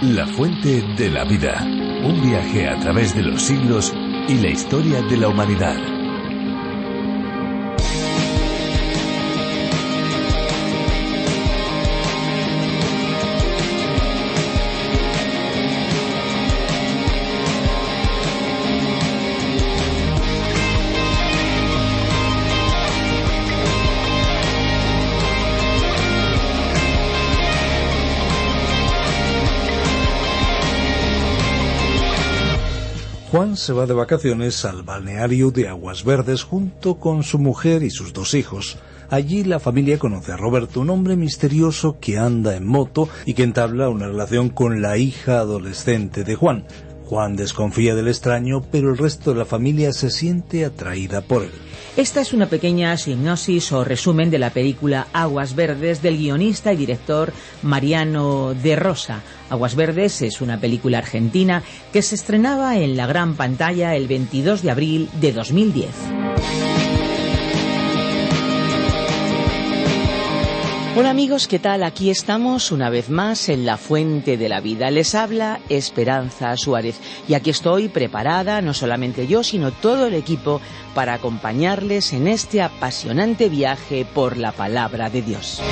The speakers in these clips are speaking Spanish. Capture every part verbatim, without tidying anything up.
La fuente de la vida. Un viaje a través de los siglos y la historia de la humanidad. Juan se va de vacaciones al balneario de Aguas Verdes junto con su mujer y sus dos hijos. Allí la familia conoce a Roberto, un hombre misterioso que anda en moto y que entabla una relación con la hija adolescente de Juan. Juan desconfía del extraño, pero el resto de la familia se siente atraída por él. Esta es una pequeña sinopsis o resumen de la película Aguas Verdes del guionista y director Mariano de Rosa. Aguas Verdes es una película argentina que se estrenaba en la gran pantalla el veintidós de abril de dos mil diez. Hola amigos, ¿qué tal? Aquí estamos una vez más en La Fuente de la Vida. Les habla Esperanza Suárez y aquí estoy preparada, no solamente yo, sino todo el equipo, para acompañarles en este apasionante viaje por la palabra de Dios.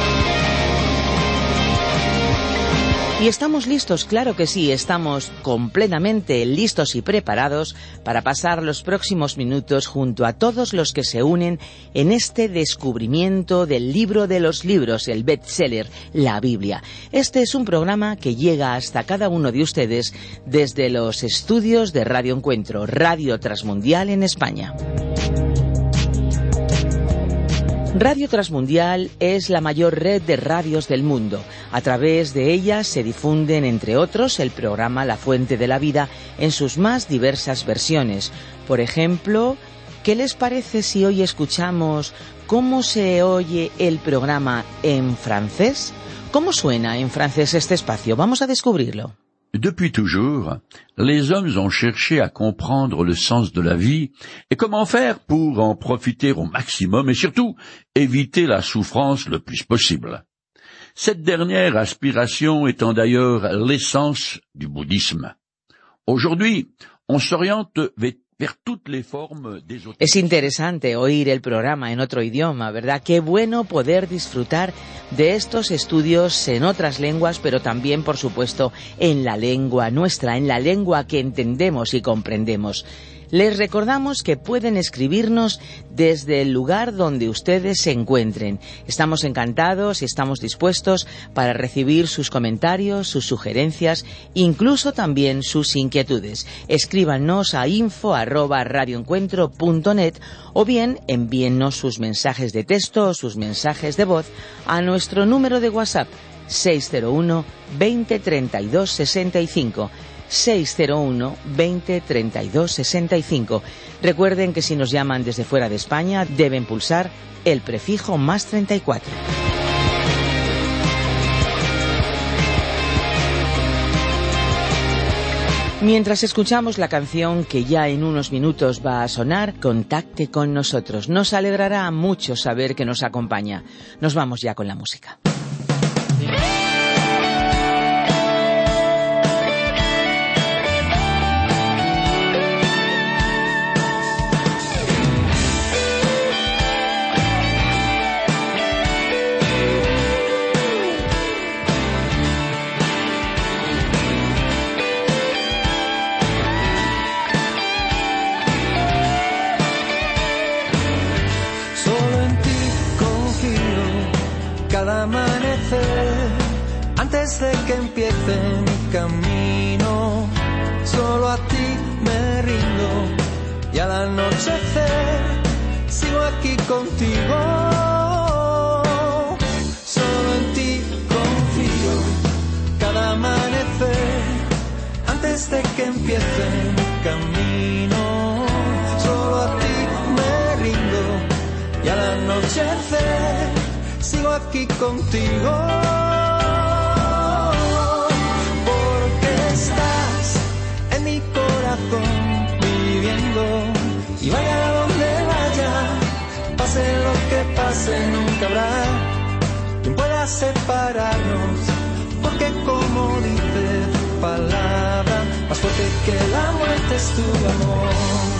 Y estamos listos, claro que sí, estamos completamente listos y preparados para pasar los próximos minutos junto a todos los que se unen en este descubrimiento del libro de los libros, el bestseller, la Biblia. Este es un programa que llega hasta cada uno de ustedes desde los estudios de Radio Encuentro, Radio Transmundial en España. Radio Transmundial es la mayor red de radios del mundo. A través de ella se difunden, entre otros, el programa La Fuente de la Vida en sus más diversas versiones. Por ejemplo, ¿qué les parece si hoy escuchamos cómo se oye el programa en francés? ¿Cómo suena en francés este espacio? Vamos a descubrirlo. Depuis toujours, les hommes ont cherché à comprendre le sens de la vie et comment faire pour en profiter au maximum et surtout éviter la souffrance le plus possible. Cette dernière aspiration étant d'ailleurs l'essence du bouddhisme. Aujourd'hui, on s'oriente vers Es interesante oír el programa en otro idioma, ¿verdad? Qué bueno poder disfrutar de estos estudios en otras lenguas, pero también, por supuesto, en la lengua nuestra, en la lengua que entendemos y comprendemos. Les recordamos que pueden escribirnos desde el lugar donde ustedes se encuentren. Estamos encantados y estamos dispuestos para recibir sus comentarios, sus sugerencias, incluso también sus inquietudes. Escríbanos a info arroba radioencuentro punto net o bien envíennos sus mensajes de texto o sus mensajes de voz a nuestro número de WhatsApp seis cero uno, veinte, treinta y dos, sesenta y cinco. seis cero uno, veinte, treinta y dos, sesenta y cinco. Recuerden que si nos llaman desde fuera de España deben pulsar el prefijo más treinta y cuatro. Mientras escuchamos la canción que ya en unos minutos va a sonar, contacte con nosotros. Nos alegrará mucho saber que nos acompaña. Nos vamos ya con la música. Antes de que empiece mi camino, solo a ti me rindo y al anochecer sigo aquí contigo. Solo en ti confío cada amanecer, antes de que empiece mi camino, solo a ti me rindo y al anochecer sigo aquí contigo. Y vaya a donde vaya, pase lo que pase, nunca habrá quien pueda separarnos, porque como dice que la muerte es tu amor.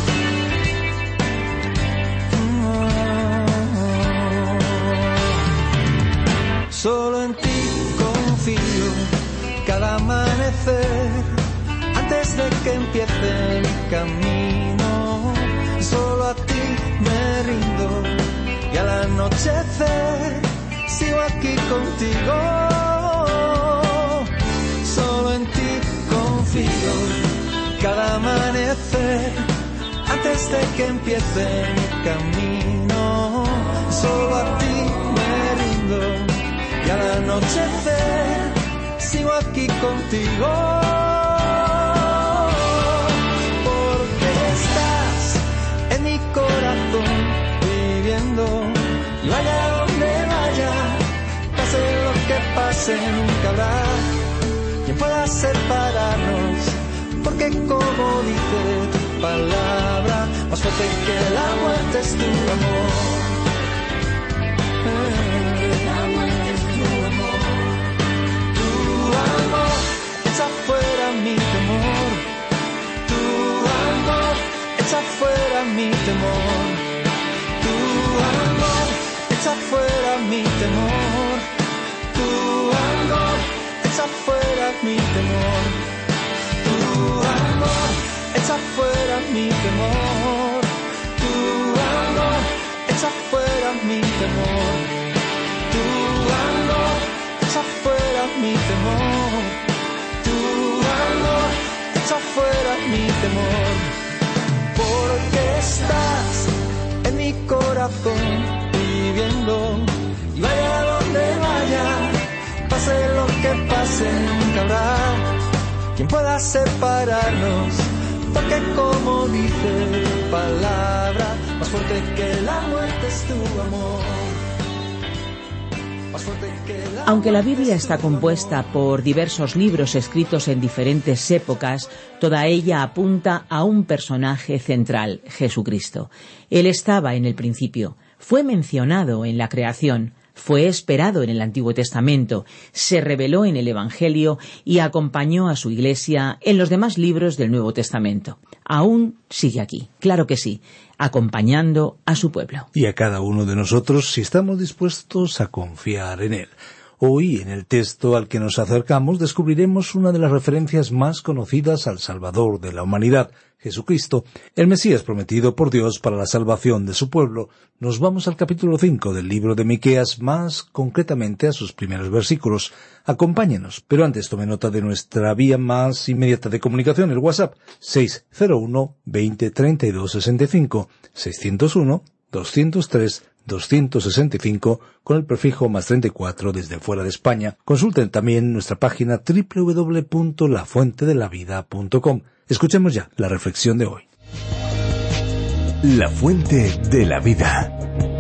Solo en ti confío cada amanecer, antes de que empiece el camino. Solo a ti me rindo y al anochecer sigo aquí contigo. Solo en ti confío cada amanecer, antes de que empiece el camino. Solo a ti me rindo y al anochecer sigo aquí contigo, porque estás en mi corazón viviendo, y vaya donde vaya, pase lo que pase, nunca habrá quien pueda separarnos, porque como dice tu palabra, más fuerte que la muerte es tu amor. Fuera mi temor, tu amor echa fuera mi temor, tu amor echa fuera mi temor, tu amor echa fuera mi temor, tu amor echa fuera mi temor, tu amor echa fuera mi temor, tu amor echa fuera mi temor. Echa fuera mi temor, porque estás en mi corazón viviendo, y vaya donde vaya, pase lo que pase, nunca habrá quien pueda separarnos, porque como dice tu palabra, más fuerte que la muerte es tu amor. Aunque la Biblia está compuesta por diversos libros escritos en diferentes épocas, toda ella apunta a un personaje central, Jesucristo. Él estaba en el principio, fue mencionado en la creación, fue esperado en el Antiguo Testamento, se reveló en el Evangelio y acompañó a su Iglesia en los demás libros del Nuevo Testamento. Aún sigue aquí, claro que sí, acompañando a su pueblo. Y a cada uno de nosotros si estamos dispuestos a confiar en él. Hoy, en el texto al que nos acercamos, descubriremos una de las referencias más conocidas al Salvador de la humanidad, Jesucristo, el Mesías prometido por Dios para la salvación de su pueblo. Nos vamos al capítulo cinco del libro de Miqueas, más concretamente a sus primeros versículos. Acompáñenos, pero antes tome nota de nuestra vía más inmediata de comunicación, el WhatsApp, seis cero uno, veinte, treinta y dos, sesenta y cinco, seiscientos uno, doscientos tres, doscientos sesenta y cinco, con el prefijo más treinta y cuatro desde fuera de España. Consulten también nuestra página doble u doble u doble u punto la fuente de la vida punto com. Escuchemos ya la reflexión de hoy. La fuente de la vida.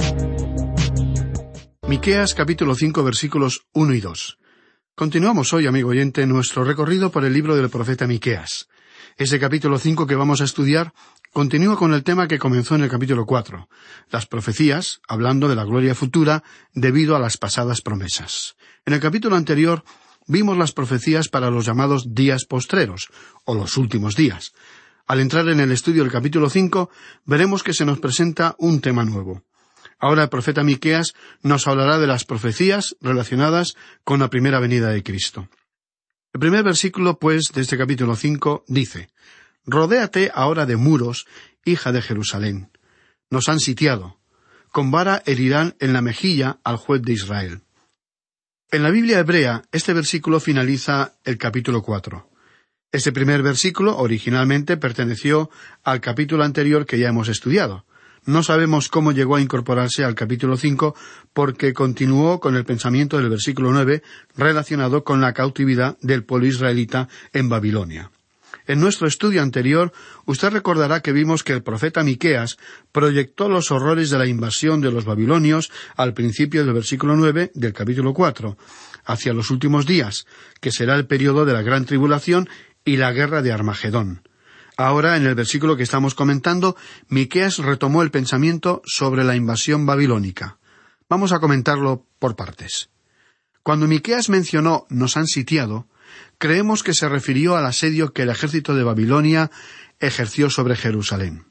Miqueas capítulo cinco versículos uno y dos. Continuamos hoy, amigo oyente, nuestro recorrido por el libro del profeta Miqueas. Este capítulo cinco que vamos a estudiar continúa con el tema que comenzó en el capítulo cuatro, las profecías, hablando de la gloria futura debido a las pasadas promesas. En el capítulo anterior vimos las profecías para los llamados días postreros, o los últimos días. Al entrar en el estudio del capítulo cinco, veremos que se nos presenta un tema nuevo. Ahora el profeta Miqueas nos hablará de las profecías relacionadas con la primera venida de Cristo. El primer versículo, pues, de este capítulo cinco, dice: «Rodéate ahora de muros, hija de Jerusalén. Nos han sitiado. Con vara herirán en la mejilla al juez de Israel». En la Biblia hebrea, este versículo finaliza el capítulo cuatro. Este primer versículo originalmente perteneció al capítulo anterior que ya hemos estudiado. No sabemos cómo llegó a incorporarse al capítulo cinco porque continuó con el pensamiento del versículo nueve relacionado con la cautividad del pueblo israelita en Babilonia. En nuestro estudio anterior, usted recordará que vimos que el profeta Miqueas proyectó los horrores de la invasión de los babilonios al principio del versículo nueve del capítulo cuatro, hacia los últimos días, que será el período de la gran tribulación y la guerra de Armagedón. Ahora, en el versículo que estamos comentando, Miqueas retomó el pensamiento sobre la invasión babilónica. Vamos a comentarlo por partes. Cuando Miqueas mencionó «nos han sitiado», creemos que se refirió al asedio que el ejército de Babilonia ejerció sobre Jerusalén.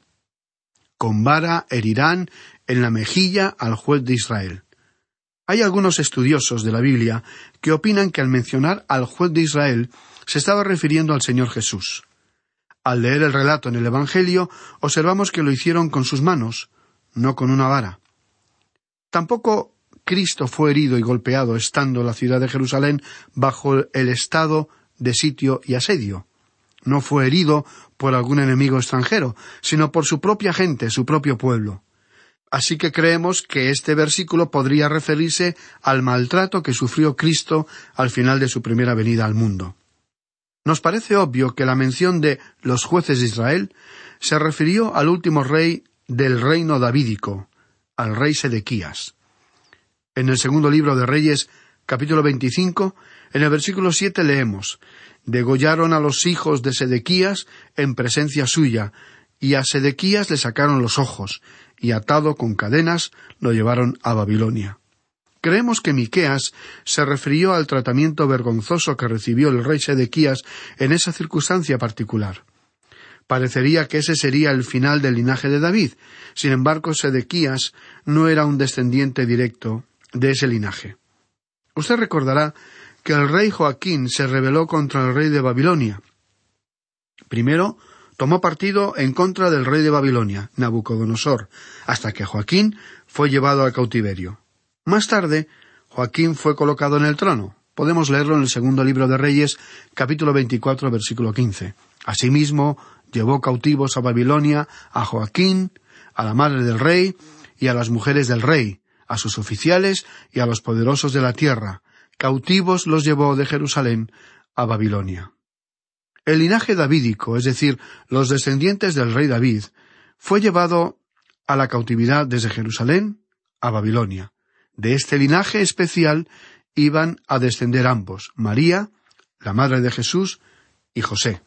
Con vara herirán en la mejilla al juez de Israel. Hay algunos estudiosos de la Biblia que opinan que al mencionar al juez de Israel se estaba refiriendo al Señor Jesús. Al leer el relato en el Evangelio, observamos que lo hicieron con sus manos, no con una vara. Tampoco Cristo fue herido y golpeado estando la ciudad de Jerusalén bajo el estado de sitio y asedio. No fue herido por algún enemigo extranjero, sino por su propia gente, su propio pueblo. Así que creemos que este versículo podría referirse al maltrato que sufrió Cristo al final de su primera venida al mundo. Nos parece obvio que la mención de los jueces de Israel se refirió al último rey del reino davídico, al rey Sedequías. En el segundo libro de Reyes, capítulo veinticinco, en el versículo siete leemos: «Degollaron a los hijos de Sedequías en presencia suya, y a Sedequías le sacaron los ojos, y atado con cadenas lo llevaron a Babilonia». Creemos que Miqueas se refirió al tratamiento vergonzoso que recibió el rey Sedequías en esa circunstancia particular. Parecería que ese sería el final del linaje de David. Sin embargo, Sedequías no era un descendiente directo de ese linaje. Usted recordará que el rey Joaquín se rebeló contra el rey de Babilonia. Primero, tomó partido en contra del rey de Babilonia, Nabucodonosor, hasta que Joaquín fue llevado al cautiverio. Más tarde, Joaquín fue colocado en el trono. Podemos leerlo en el segundo libro de Reyes, capítulo veinticuatro, versículo quince. Asimismo, llevó cautivos a Babilonia a Joaquín, a la madre del rey y a las mujeres del rey, a sus oficiales y a los poderosos de la tierra. Cautivos los llevó de Jerusalén a Babilonia. El linaje davídico, es decir, los descendientes del rey David, fue llevado a la cautividad desde Jerusalén a Babilonia. De este linaje especial iban a descender ambos, María, la madre de Jesús, y José.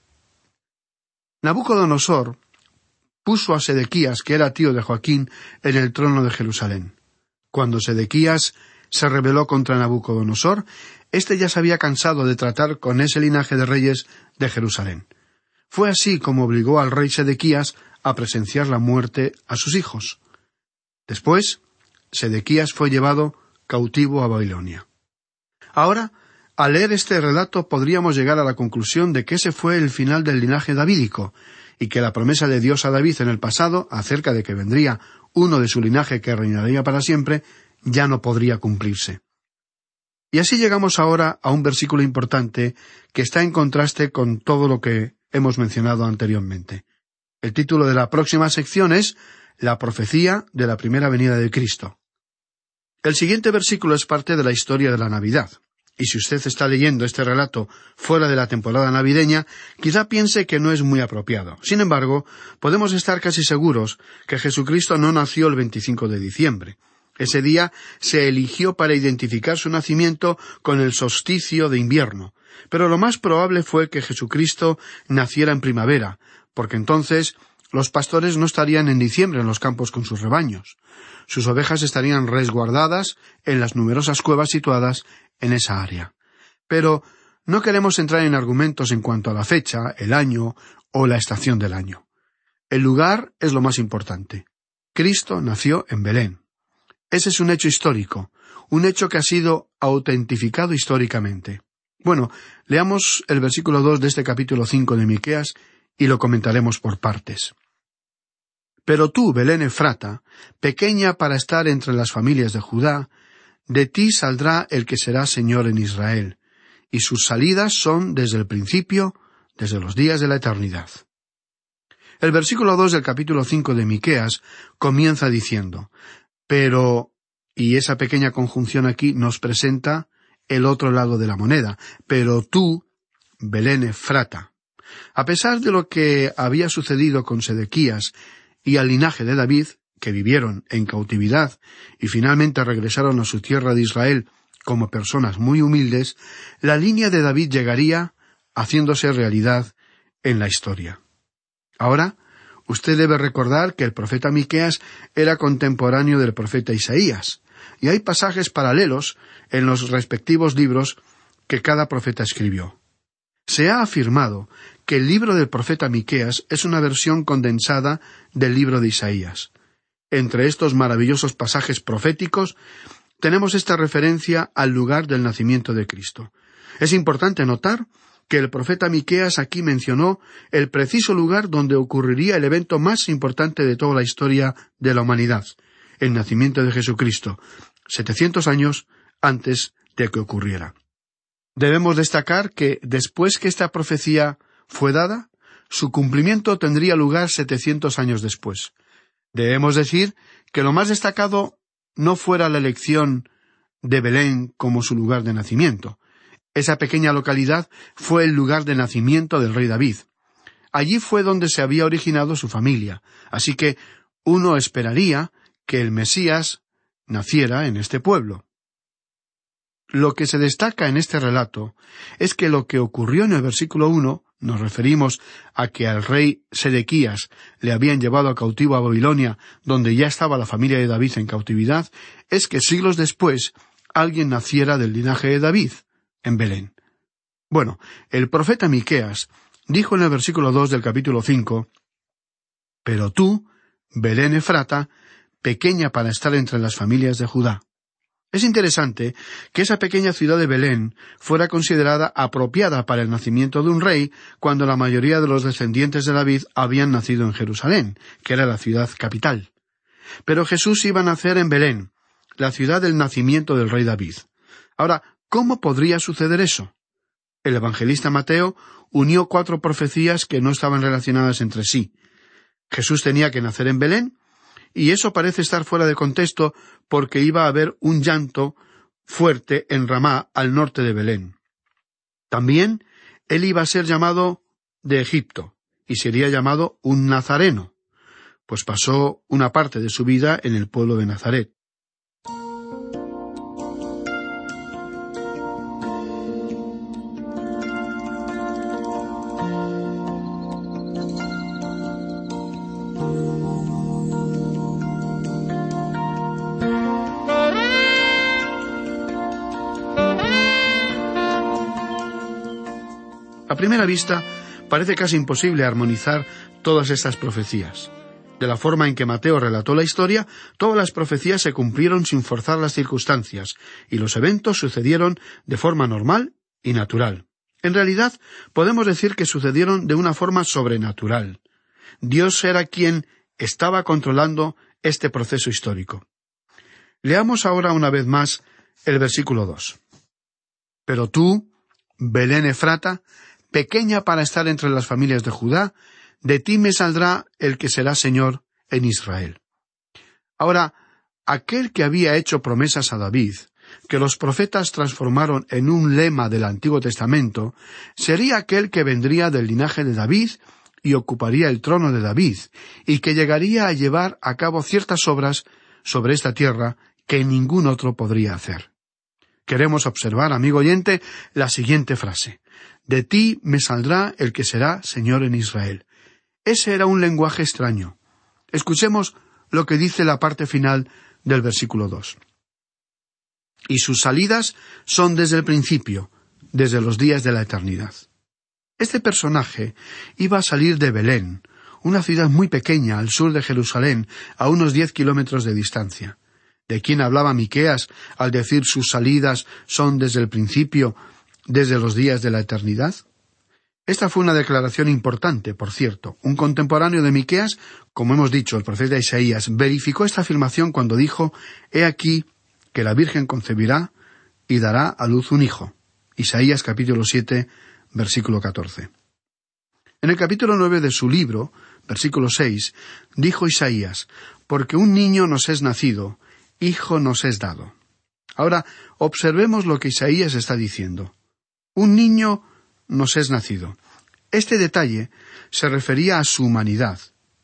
Nabucodonosor puso a Sedequías, que era tío de Joaquín, en el trono de Jerusalén. Cuando Sedequías se rebeló contra Nabucodonosor, éste ya se había cansado de tratar con ese linaje de reyes de Jerusalén. Fue así como obligó al rey Sedequías a presenciar la muerte a sus hijos. Después, Sedequías fue llevado cautivo a Babilonia. Ahora, al leer este relato podríamos llegar a la conclusión de que ese fue el final del linaje davídico, y que la promesa de Dios a David en el pasado, acerca de que vendría uno de su linaje que reinaría para siempre, ya no podría cumplirse. Y así llegamos ahora a un versículo importante que está en contraste con todo lo que hemos mencionado anteriormente. El título de la próxima sección es La profecía de la primera venida de Cristo. El siguiente versículo es parte de la historia de la Navidad. Y si usted está leyendo este relato fuera de la temporada navideña, quizá piense que no es muy apropiado. Sin embargo, podemos estar casi seguros que Jesucristo no nació el veinticinco de diciembre. Ese día se eligió para identificar su nacimiento con el solsticio de invierno. Pero lo más probable fue que Jesucristo naciera en primavera, porque entonces los pastores no estarían en diciembre en los campos con sus rebaños. Sus ovejas estarían resguardadas en las numerosas cuevas situadas en esa área. Pero no queremos entrar en argumentos en cuanto a la fecha, el año o la estación del año. El lugar es lo más importante. Cristo nació en Belén. Ese es un hecho histórico, un hecho que ha sido autentificado históricamente. Bueno, leamos el versículo dos de este capítulo cinco de Miqueas y lo comentaremos por partes. Pero tú, Belén Efrata, pequeña para estar entre las familias de Judá, de ti saldrá el que será Señor en Israel, y sus salidas son desde el principio, desde los días de la eternidad. El versículo dos del capítulo cinco de Miqueas comienza diciendo, pero, y esa pequeña conjunción aquí nos presenta el otro lado de la moneda, pero tú, Belén Efrata. A pesar de lo que había sucedido con Sedequías y al linaje de David, que vivieron en cautividad y finalmente regresaron a su tierra de Israel como personas muy humildes, la línea de David llegaría haciéndose realidad en la historia. Ahora, usted debe recordar que el profeta Miqueas era contemporáneo del profeta Isaías, y hay pasajes paralelos en los respectivos libros que cada profeta escribió. Se ha afirmado que el libro del profeta Miqueas es una versión condensada del libro de Isaías. Entre estos maravillosos pasajes proféticos tenemos esta referencia al lugar del nacimiento de Cristo. Es importante notar que el profeta Miqueas aquí mencionó el preciso lugar donde ocurriría el evento más importante de toda la historia de la humanidad, el nacimiento de Jesucristo, setecientos años antes de que ocurriera. Debemos destacar que después que esta profecía fue dada, su cumplimiento tendría lugar setecientos años después. Debemos decir que lo más destacado no fuera la elección de Belén como su lugar de nacimiento. Esa pequeña localidad fue el lugar de nacimiento del rey David. Allí fue donde se había originado su familia, así que uno esperaría que el Mesías naciera en este pueblo. Lo que se destaca en este relato es que lo que ocurrió en el versículo uno, nos referimos a que al rey Sedequías le habían llevado a cautivo a Babilonia, donde ya estaba la familia de David en cautividad, es que siglos después alguien naciera del linaje de David, en Belén. Bueno, el profeta Miqueas dijo en el versículo dos del capítulo cinco, «Pero tú, Belén Efrata, pequeña para estar entre las familias de Judá». Es interesante que esa pequeña ciudad de Belén fuera considerada apropiada para el nacimiento de un rey, cuando la mayoría de los descendientes de David habían nacido en Jerusalén, que era la ciudad capital. Pero Jesús iba a nacer en Belén, la ciudad del nacimiento del rey David. Ahora, ¿cómo podría suceder eso? El evangelista Mateo unió cuatro profecías que no estaban relacionadas entre sí. Jesús tenía que nacer en Belén, y eso parece estar fuera de contexto porque iba a haber un llanto fuerte en Ramá, al norte de Belén. También él iba a ser llamado de Egipto, y sería llamado un nazareno, pues pasó una parte de su vida en el pueblo de Nazaret. A primera vista, parece casi imposible armonizar todas estas profecías. De la forma en que Mateo relató la historia, todas las profecías se cumplieron sin forzar las circunstancias, y los eventos sucedieron de forma normal y natural. En realidad, podemos decir que sucedieron de una forma sobrenatural. Dios era quien estaba controlando este proceso histórico. Leamos ahora una vez más el versículo dos. «Pero tú, Belén Efrata, pequeña para estar entre las familias de Judá, de ti me saldrá el que será Señor en Israel». Ahora, aquel que había hecho promesas a David, que los profetas transformaron en un lema del Antiguo Testamento, sería aquel que vendría del linaje de David y ocuparía el trono de David, y que llegaría a llevar a cabo ciertas obras sobre esta tierra que ningún otro podría hacer. Queremos observar, amigo oyente, la siguiente frase: «De ti me saldrá el que será Señor en Israel». Ese era un lenguaje extraño. Escuchemos lo que dice la parte final del versículo dos. «Y sus salidas son desde el principio, desde los días de la eternidad». Este personaje iba a salir de Belén, una ciudad muy pequeña al sur de Jerusalén, a unos diez kilómetros de distancia. ¿De quién hablaba Miqueas al decir sus salidas son desde el principio, desde los días de la eternidad? Esta fue una declaración importante, por cierto. Un contemporáneo de Miqueas, como hemos dicho, el profeta Isaías, verificó esta afirmación cuando dijo: «He aquí que la Virgen concebirá y dará a luz un hijo». Isaías capítulo siete, versículo catorce. En el capítulo nueve de su libro, versículo seis, dijo Isaías: «Porque un niño nos es nacido, hijo nos es dado». Ahora, observemos lo que Isaías está diciendo. Un niño nos es nacido. Este detalle se refería a su humanidad.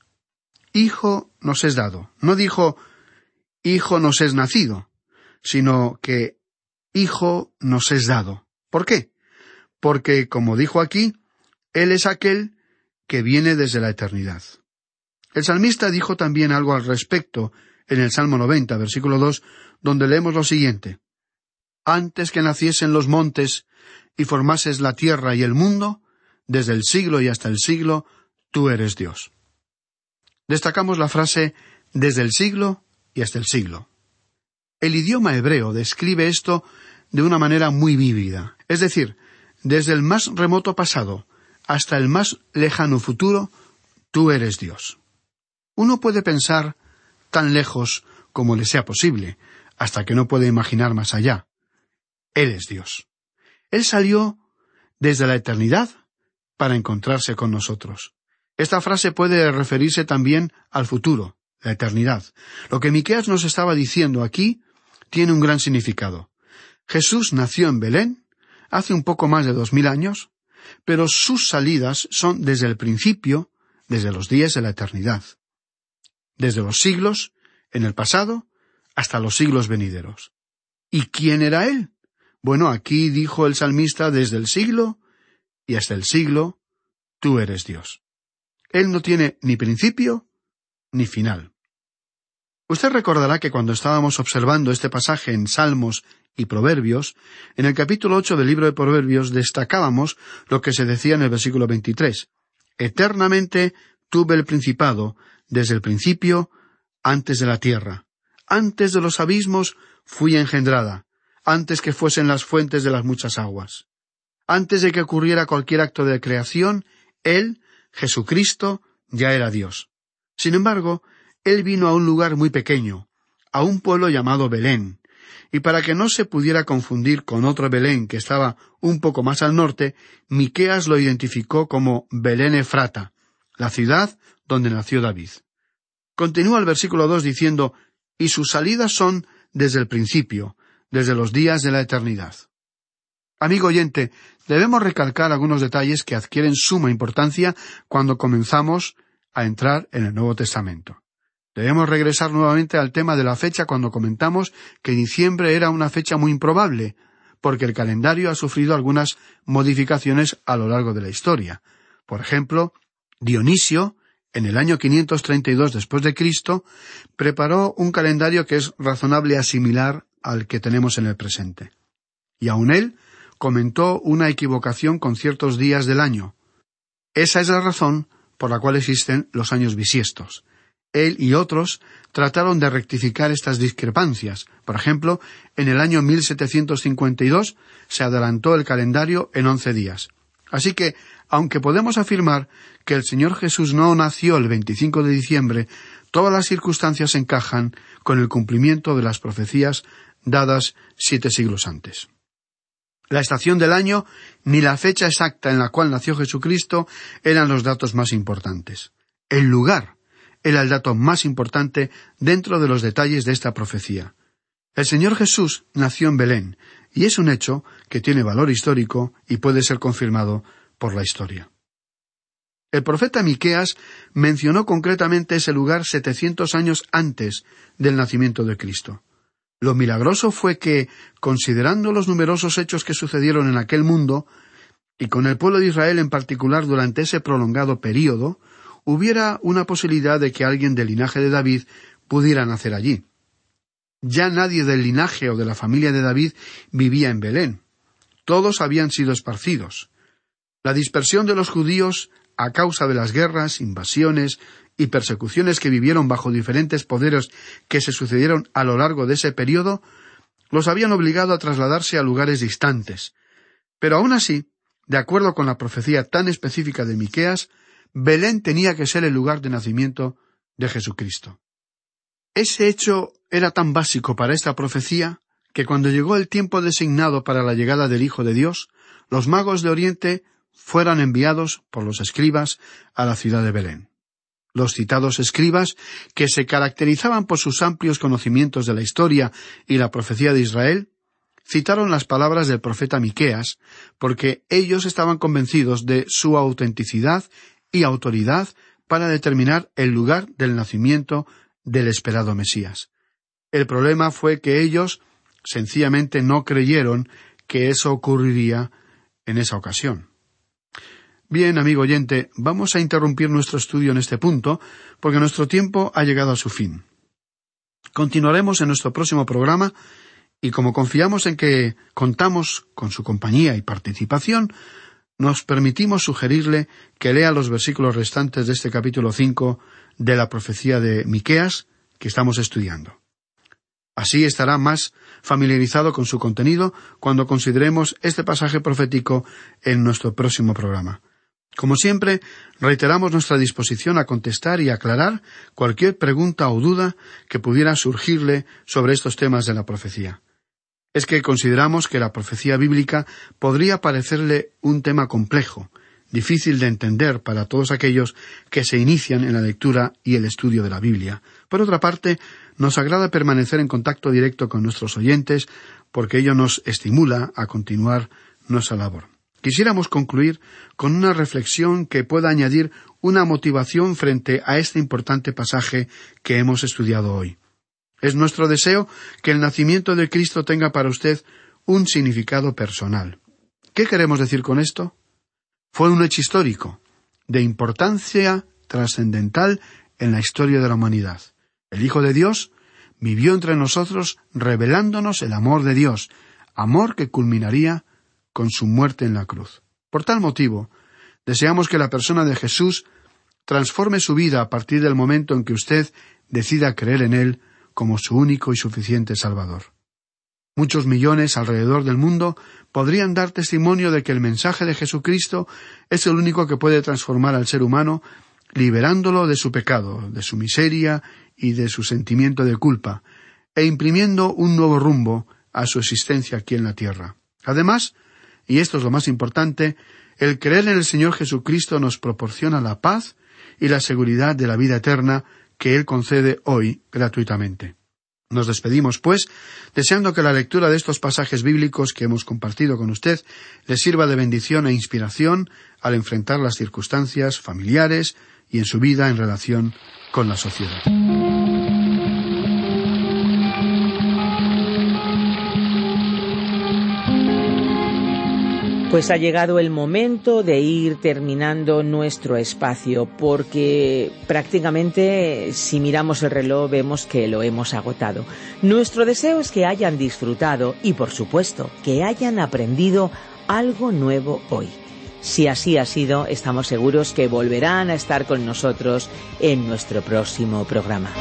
Hijo nos es dado. No dijo, hijo nos es nacido, sino que hijo nos es dado. ¿Por qué? Porque, como dijo aquí, Él es aquel que viene desde la eternidad. El salmista dijo también algo al respecto en el Salmo noventa, versículo dos, donde leemos lo siguiente: «Antes que naciesen los montes y formases la tierra y el mundo, desde el siglo y hasta el siglo, tú eres Dios. Destacamos la frase desde el siglo y hasta el siglo. El idioma hebreo describe esto de una manera muy vívida, es decir, desde el más remoto pasado hasta el más lejano futuro, tú eres Dios. Uno puede pensar tan lejos como le sea posible, hasta que no puede imaginar más allá. Él es Dios. Él salió desde la eternidad para encontrarse con nosotros. Esta frase puede referirse también al futuro, la eternidad. Lo que Miqueas nos estaba diciendo aquí tiene un gran significado. Jesús nació en Belén hace un poco más de dos mil años, pero sus salidas son desde el principio, desde los días de la eternidad. Desde los siglos, en el pasado, hasta los siglos venideros. ¿Y quién era él? Bueno, aquí dijo el salmista, desde el siglo y hasta el siglo, tú eres Dios. Él no tiene ni principio ni final. Usted recordará que cuando estábamos observando este pasaje en Salmos y Proverbios, en el capítulo ocho del libro de Proverbios destacábamos lo que se decía en el versículo veintitrés. Eternamente tuve el principado, desde el principio, antes de la tierra. Antes de los abismos fui engendrada, antes que fuesen las fuentes de las muchas aguas. Antes de que ocurriera cualquier acto de creación, Él, Jesucristo, ya era Dios. Sin embargo, Él vino a un lugar muy pequeño, a un pueblo llamado Belén, y para que no se pudiera confundir con otro Belén que estaba un poco más al norte, Miqueas lo identificó como Belén Efrata, la ciudad donde nació David. Continúa el versículo dos diciendo, y sus salidas son desde el principio, desde los días de la eternidad. Amigo oyente, debemos recalcar algunos detalles que adquieren suma importancia cuando comenzamos a entrar en el Nuevo Testamento. Debemos regresar nuevamente al tema de la fecha cuando comentamos que diciembre era una fecha muy improbable, porque el calendario ha sufrido algunas modificaciones a lo largo de la historia. Por ejemplo, Dionisio, en el año quinientos treinta y dos después de Cristo, preparó un calendario que es razonable asimilar al que tenemos en el presente. Y aun él comentó una equivocación con ciertos días del año. Esa es la razón por la cual existen los años bisiestos. Él y otros trataron de rectificar estas discrepancias. Por ejemplo, en el año mil setecientos cincuenta y dos se adelantó el calendario en once días. Así que, aunque podemos afirmar que el Señor Jesús no nació el veinticinco de diciembre, todas las circunstancias encajan con el cumplimiento de las profecías dadas siete siglos antes. La estación del año ni la fecha exacta en la cual nació Jesucristo eran los datos más importantes. El lugar era el dato más importante dentro de los detalles de esta profecía. El Señor Jesús nació en Belén, y es un hecho que tiene valor histórico y puede ser confirmado por la historia. El profeta Miqueas mencionó concretamente ese lugar setecientos años antes del nacimiento de Cristo. Lo milagroso fue que, considerando los numerosos hechos que sucedieron en aquel mundo, y con el pueblo de Israel en particular durante ese prolongado período, hubiera una posibilidad de que alguien del linaje de David pudiera nacer allí. Ya nadie del linaje o de la familia de David vivía en Belén. Todos habían sido esparcidos. La dispersión de los judíos, a causa de las guerras, invasiones y persecuciones que vivieron bajo diferentes poderes que se sucedieron a lo largo de ese período, los habían obligado a trasladarse a lugares distantes. Pero aún así, de acuerdo con la profecía tan específica de Miqueas, Belén tenía que ser el lugar de nacimiento de Jesucristo. Ese hecho era tan básico para esta profecía que cuando llegó el tiempo designado para la llegada del Hijo de Dios, los magos de Oriente fueron enviados por los escribas a la ciudad de Belén. Los citados escribas, que se caracterizaban por sus amplios conocimientos de la historia y la profecía de Israel, citaron las palabras del profeta Miqueas, porque ellos estaban convencidos de su autenticidad y autoridad para determinar el lugar del nacimiento del esperado Mesías. El problema fue que ellos sencillamente no creyeron que eso ocurriría en esa ocasión. Bien, amigo oyente, vamos a interrumpir nuestro estudio en este punto, porque nuestro tiempo ha llegado a su fin. Continuaremos en nuestro próximo programa, Y como confiamos en que contamos con su compañía y participación, nos permitimos sugerirle que lea los versículos restantes de este capítulo cinco de la profecía de Miqueas que estamos estudiando. Así estará más familiarizado con su contenido cuando consideremos este pasaje profético en nuestro próximo programa. Como siempre, reiteramos nuestra disposición a contestar y aclarar cualquier pregunta o duda que pudiera surgirle sobre estos temas de la profecía. Es que consideramos que la profecía bíblica podría parecerle un tema complejo, difícil de entender para todos aquellos que se inician en la lectura y el estudio de la Biblia. Por otra parte, nos agrada permanecer en contacto directo con nuestros oyentes porque ello nos estimula a continuar nuestra labor. Quisiéramos concluir con una reflexión que pueda añadir una motivación frente a este importante pasaje que hemos estudiado hoy. Es nuestro deseo que el nacimiento de Cristo tenga para usted un significado personal. ¿Qué queremos decir con esto? Fue un hecho histórico, de importancia trascendental en la historia de la humanidad. El Hijo de Dios vivió entre nosotros revelándonos el amor de Dios, amor que culminaría con su muerte en la cruz. Por tal motivo, deseamos que la persona de Jesús transforme su vida a partir del momento en que usted decida creer en Él como su único y suficiente Salvador. Muchos millones alrededor del mundo podrían dar testimonio de que el mensaje de Jesucristo es el único que puede transformar al ser humano, liberándolo de su pecado, de su miseria y de su sentimiento de culpa, e imprimiendo un nuevo rumbo a su existencia aquí en la tierra. Además, y esto es lo más importante, el creer en el Señor Jesucristo nos proporciona la paz y la seguridad de la vida eterna que Él concede hoy gratuitamente. Nos despedimos, pues, deseando que la lectura de estos pasajes bíblicos que hemos compartido con usted le sirva de bendición e inspiración al enfrentar las circunstancias familiares y en su vida en relación con la sociedad. Pues ha llegado el momento de ir terminando nuestro espacio, porque prácticamente si miramos el reloj vemos que lo hemos agotado. Nuestro deseo es que hayan disfrutado y, por supuesto, que hayan aprendido algo nuevo hoy. Si así ha sido, estamos seguros que volverán a estar con nosotros en nuestro próximo programa.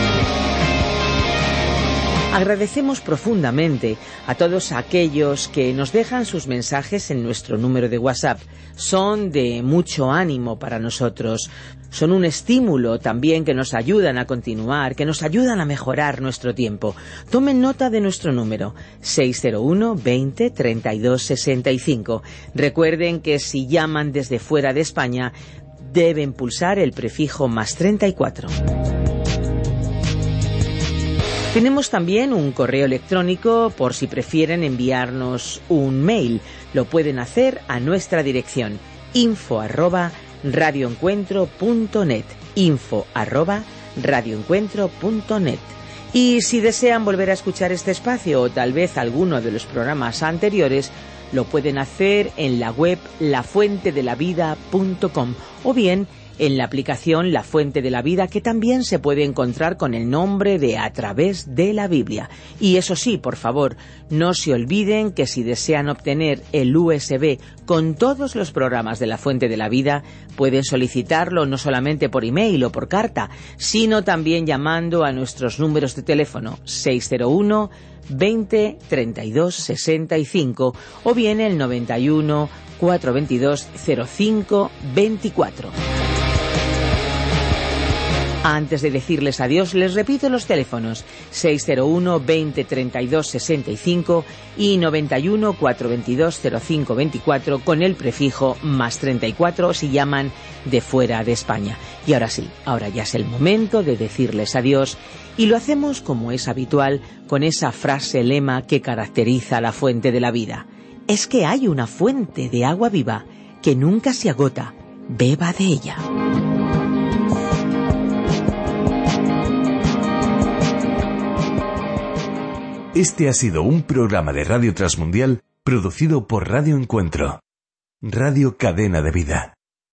Agradecemos profundamente a todos aquellos que nos dejan sus mensajes en nuestro número de WhatsApp. Son de mucho ánimo para nosotros. Son un estímulo también que nos ayudan a continuar, que nos ayudan a mejorar nuestro tiempo. Tomen nota de nuestro número, seis cero uno, veinte, treinta y dos, sesenta y cinco. Recuerden que si llaman desde fuera de España, deben pulsar el prefijo más treinta y cuatro. Tenemos también un correo electrónico por si prefieren enviarnos un mail. Lo pueden hacer a nuestra dirección info arroba radioencuentro punto net, info arroba radioencuentro punto net. Y si desean volver a escuchar este espacio o tal vez alguno de los programas anteriores, lo pueden hacer en la web la fuente de la vida punto com o bien en la aplicación La Fuente de la Vida, que también se puede encontrar con el nombre de A Través de la Biblia. Y eso sí, por favor, no se olviden que si desean obtener el U S B con todos los programas de La Fuente de la Vida, pueden solicitarlo no solamente por email o por carta, sino también llamando a nuestros números de teléfono seis cero uno, veinte, treinta y dos, sesenta y cinco o bien el noventa y uno, cuatrocientos veintidós, cero cinco veinticuatro. Antes de decirles adiós, les repito los teléfonos seis cero uno, veinte, treinta y dos, sesenta y cinco y noventa y uno, cuatrocientos veintidós, cero cinco veinticuatro con el prefijo más treinta y cuatro si llaman de fuera de España. Y ahora sí, ahora ya es el momento de decirles adiós y lo hacemos como es habitual con esa frase lema que caracteriza la Fuente de la Vida. Es que hay una fuente de agua viva que nunca se agota. Beba de ella. Este ha sido un programa de Radio Transmundial producido por Radio Encuentro, Radio Cadena de Vida.